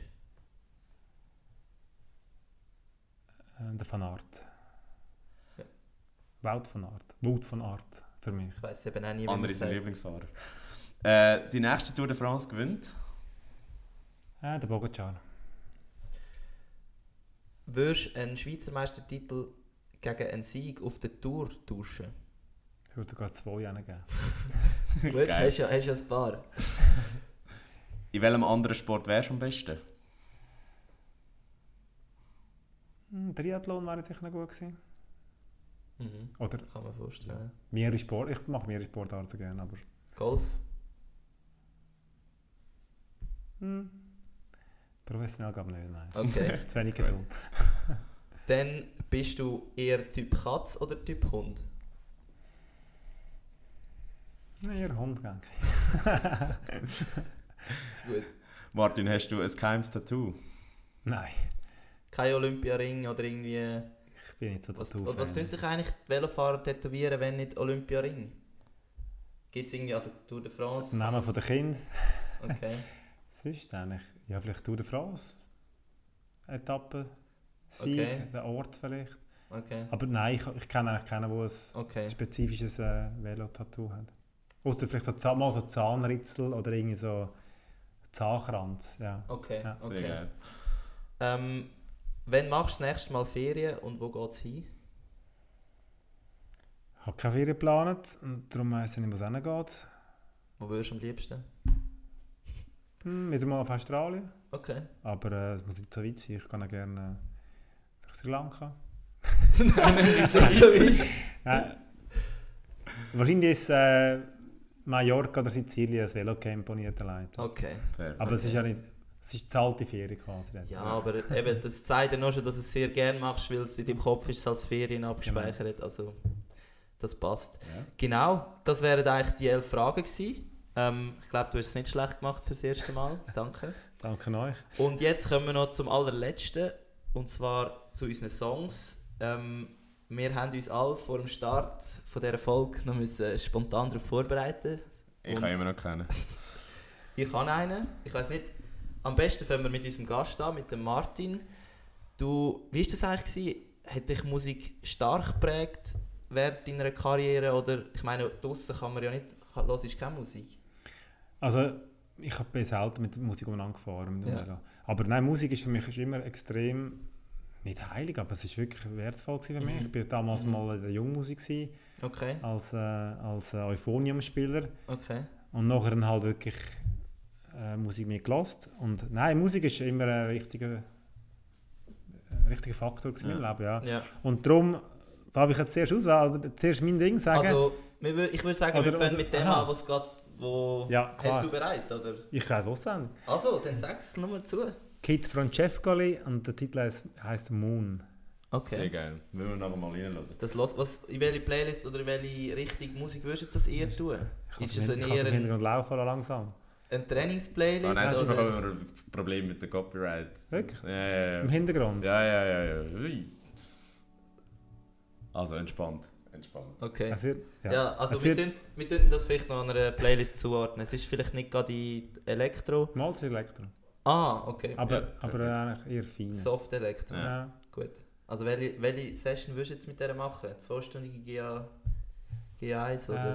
Der Van Aert. Ja. Wout van Aert. Wout van Aert für mich. Ich weiss eben auch nie, wie man Andere es sind sagt. Lieblingsfahrer. Die nächste Tour de France gewinnt? Der Pogacar. Würdest du einen Schweizer Meistertitel gegen einen Sieg auf der Tour tauschen? Ich würde sogar 2 reingeben. Gut, Geil. hast ja ein paar. In welchem anderen Sport wärst du am besten? Triathlon wäre sicher noch gut gewesen. Mhm. Oder Kann man vorstellen. mehrere Sport. Ich mache mehrere Sportarten gerne, aber Golf? professionell glaube ich nicht. Nein. Okay. Zu wenig Geduld. Dann bist du eher Typ Katz oder Typ Hund? Eher Hund, denke ich. Gut. Martin, hast du ein geheimes Tattoo? Nein, Kein Olympiaring oder irgendwie... ich bin nicht so Was Tattoo-Fan. tun sich eigentlich die Velofahrer tätowieren, wenn nicht Olympiaring? Gibt es irgendwie, also Tour de France? Der Name von der Kind. Okay. Sonst eigentlich, ja vielleicht Tour de France. Etappe, Sieg, Okay. der Ort vielleicht. Okay. Aber nein, ich kenne eigentlich keinen, der ein Okay. spezifisches Velo-Tattoo hat. Außer vielleicht mal so Zahnritzel oder irgendwie so Zahnkranz. Ja. Okay. Ja. Sehr Okay. geil. Wann machst du das nächste Mal Ferien und wo geht es hin? Ich habe keine Ferien geplant und darum weiss ich nicht, wo es hingeht. Wo würdest du am liebsten? Wieder mal auf Australien. Okay. Aber es muss nicht so weit sein. Ich kann auch gerne nach Sri Lanka. Wahrscheinlich ist Mallorca oder Sizilien ein Velocamp, das ich hätte leiten. Okay. Fair. Aber es Okay. ist ja nicht... Es ist zahlte Ferien quasi. Ja, aber eben, das zeigt ja noch schon, dass du es sehr gerne machst, weil es in deinem Kopf ist, es als Ferien abgespeichert. Also, das passt. Ja. Genau, das wären eigentlich die 11 Fragen gewesen. Ich glaube, du hast es nicht schlecht gemacht fürs erste Mal. Danke. Danke euch. Und jetzt kommen wir noch zum allerletzten, und zwar zu unseren Songs. Wir haben uns alle vor dem Start von dieser Folge noch müssen spontan darauf vorbereiten. Ich Und kann immer noch kennen. ich habe einen. Ich weiß nicht, am besten fangen wir mit unserem Gast an, mit dem Martin. Wie war das eigentlich gewesen? Hat dich Musik stark geprägt während deiner Karriere? Oder, ich meine, draussen kann man ja nicht, hörst keine Musik. Also, ich habe selten mit Musik angefahren. Mit dem Ja. Velo. Aber nein, Musik ist für mich immer extrem, nicht heilig, aber es ist wirklich wertvoll für mich. Mhm. Ich war damals Mhm. mal in der Jungmusik gewesen, Okay, als Euphonium-Spieler. okay. Und nachher dann halt wirklich Musik mehr gehört. Und nein, Musik ist immer ein wichtiger Faktor in meinem Leben. Ja. Ja. Und darum darf ich jetzt zuerst auswählen, also zuerst mein Ding sagen. Also, ich würde sagen, wir Oder- fangen mit dem aha. an, was geht. Ja, klar. Hast du bereit, oder? Ich kann es auswählen. Also, dann sag es nur zu. Kid Francescoli und der Titel heisst Moon. Okay. Sehr geil. Müssen wir nachher mal reinhören. In welche Playlist oder in welche Richtung Musik würdest du das eher tun? Ist es Ich kann im Hintergrund laufen langsam. eine Trainingsplaylist? Nein, das ist noch oder? immer ein Problem mit dem Copyright. Wirklich? Ja. Im Hintergrund? Ja. Ui. Also entspannt. Okay. Also, wir tun das vielleicht noch an einer Playlist zuordnen. Es ist vielleicht nicht gerade die Elektro. Mal ist Elektro. Ah, okay. Aber eigentlich eher fein. Soft Elektro. Ja. Gut. Also welche Session würdest du jetzt mit der machen? 2-stündige G1 oder?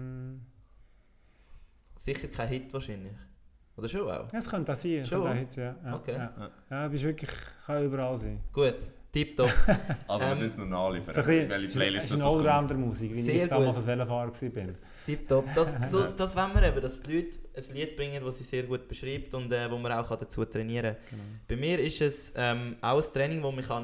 Sicher kein Hit wahrscheinlich. Oder schon auch? Ja, es könnte auch sein. Schon? Ja. Okay. Ja, bist wirklich, kann überall sein. Gut, tipptopp. Also wir tun es noch nachliefern, So welche es Playlist ist das eine kommt. Allrounder-Musik, wie Sehr ich damals gut. als Velofahrer war. Tipptopp. Das wollen wir eben, dass die Leute ein Lied bringen, das sie sehr gut beschreibt und wo man auch dazu trainieren kann. Genau. Bei mir ist es auch ein Training, das mich an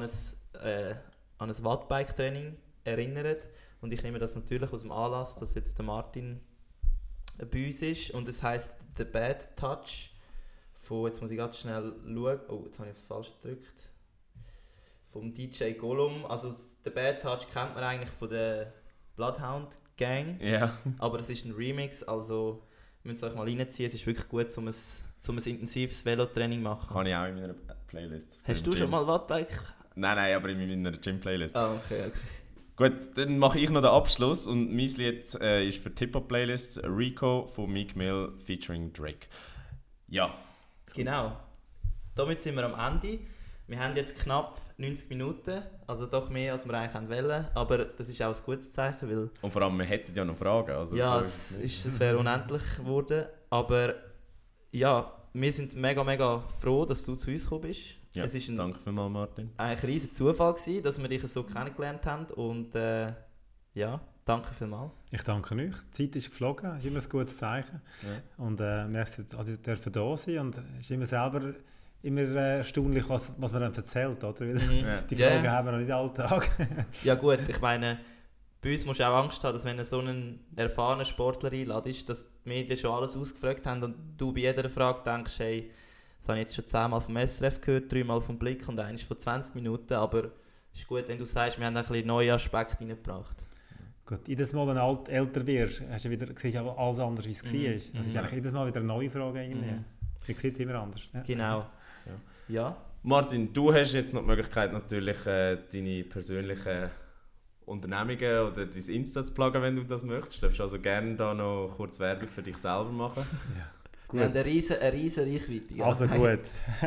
ein Wattbike-Training erinnert. Und ich nehme das natürlich aus dem Anlass, dass jetzt der Martin bei uns ist. Und es heisst The Bad Touch. Jetzt muss ich ganz schnell schauen. Oh, jetzt habe ich aufs Falsche gedrückt. Vom DJ Gollum. Also The Bad Touch kennt man eigentlich von der Bloodhound Gang. Ja. Aber es ist ein Remix, also müsst ihr euch mal reinziehen. Es ist wirklich gut, um ein intensives Velotraining zu machen. Habe ich auch in meiner Playlist. Hast du schon mal Wattbike? Nein, aber in meiner Gym-Playlist. Ah, okay. Gut, dann mache ich noch den Abschluss und mein Lied ist für die Hip-Hop-Playlist Rico von Meek Mill featuring Drake. Ja. Genau. Damit sind wir am Ende. Wir haben jetzt knapp 90 Minuten, also doch mehr, als wir eigentlich wollen, aber das ist auch ein gutes Zeichen, weil... Und vor allem, wir hätten ja noch Fragen. Also ja, so es wäre unendlich geworden, aber ja, wir sind mega froh, dass du zu uns gekommen bist. Ja, es ist danke vielmals, Martin. Ein riesiger Zufall gewesen, dass wir dich so kennengelernt haben und ja, danke vielmals. Ich danke euch. Die Zeit ist geflogen, das ist immer ein gutes Zeichen. Ja. Und merci, dass ihr da sein und es ist immer selber erstaunlich, was man dann erzählt, oder? Weil Ja. die Fragen haben wir noch nicht alltag. Ja gut, ich meine, bei uns musst du auch Angst haben, dass wenn du so einen erfahrenen Sportler einladest, dass die Medien schon alles ausgefragt haben und du bei jeder Frage denkst, hey, das habe ich jetzt schon 10-mal vom SRF gehört, 3-mal vom Blick und eines von 20 Minuten, aber es ist gut, wenn du sagst, wir haben ein bisschen neue Aspekte reingebracht. Gut, jedes Mal, wenn du älter wirst, siehst du aber alles anders, wie es war. Es ist eigentlich jedes Mal wieder eine neue Frage. Man sieht es immer anders. Ja. Genau. Ja. Martin, du hast jetzt noch die Möglichkeit, natürlich deine persönlichen Unternehmungen oder dein Insta zu pluggen, wenn du das möchtest. Du darfst also gerne da noch kurz Werbung für dich selber machen. Wir haben eine riesen Reichweite. Ja. Also gut.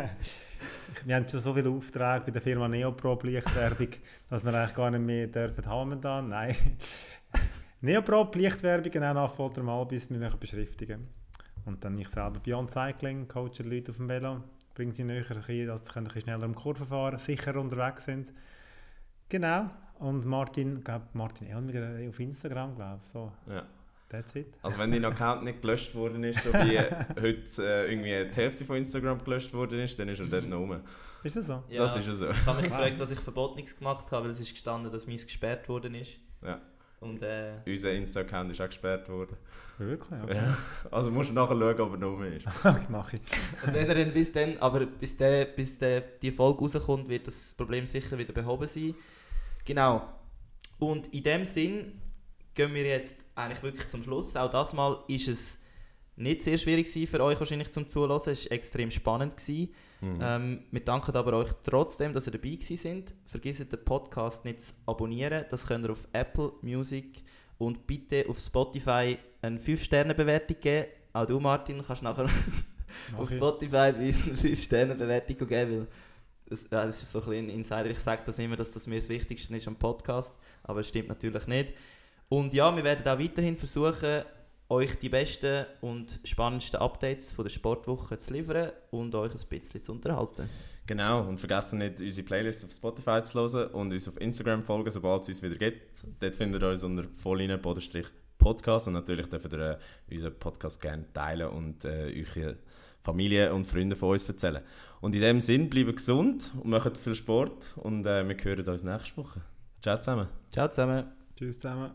Wir haben schon so viele Aufträge bei der Firma Neoprob Lichtwerbung, dass wir eigentlich gar nicht mehr dürfen haben da. Nein. Neoprob Lichtwerbung, genau nach Folter bis wir machen beschriftigen. Und dann ich selber Beyond Cycling, coache die Leute auf dem Velo, bringe sie näher, dass sie ein bisschen schneller am Kurven fahren, sicher unterwegs sind. Genau. Und Martin Elmiger auf Instagram, glaube ich. So. Ja. That's it. Also wenn dein Account nicht gelöscht worden ist, so wie heute irgendwie die Hälfte von Instagram gelöscht worden ist, dann ist er dort noch rum. Ist das so? Ja, Das ist ja so. Ich habe mich gefragt, dass ich Verbot nichts gemacht habe, weil es ist gestanden, dass meins gesperrt worden ist. Ja. Und, Unser Insta-Account ist auch gesperrt worden. Wirklich? Okay. Ja. Also musst du nachher schauen, ob er noch rum ist. Mache ich. und wenn er dann bis die Folge rauskommt, wird das Problem sicher wieder behoben sein. Genau. Und in dem Sinn gehen wir jetzt eigentlich wirklich zum Schluss. Auch das Mal ist es nicht sehr schwierig für euch wahrscheinlich zum Zuhören. Es war extrem spannend. Wir danken aber euch trotzdem, dass ihr dabei seid. Vergesst den Podcast nicht zu abonnieren. Das könnt ihr auf Apple Music und bitte auf Spotify eine 5-Sterne-Bewertung geben. Auch du, Martin, kannst nachher auf Spotify bei uns eine 5-Sterne-Bewertung geben, weil das ist so ein bisschen ein Insider. Ich sage das immer, dass das mir das Wichtigste ist am Podcast, aber es stimmt natürlich nicht. Und ja, wir werden auch weiterhin versuchen, euch die besten und spannendsten Updates von der Sportwoche zu liefern und euch ein bisschen zu unterhalten. Genau, und vergessen nicht, unsere Playlist auf Spotify zu hören und uns auf Instagram folgen, sobald es uns wieder gibt. Dort findet ihr uns unter _Podcast und natürlich dürft ihr unseren Podcast gerne teilen und eure Familie und Freunde von uns erzählen. Und in diesem Sinn, bleibt gesund und macht viel Sport und wir hören uns nächste Woche. Ciao zusammen. Ciao zusammen. Tschüss zusammen.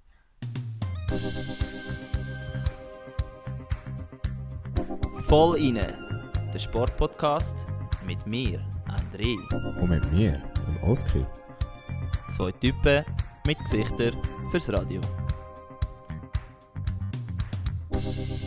Voll inne, der Sportpodcast mit mir, André. Und mit mir, dem Oskar. Zwei Typen mit Gesichtern fürs Radio.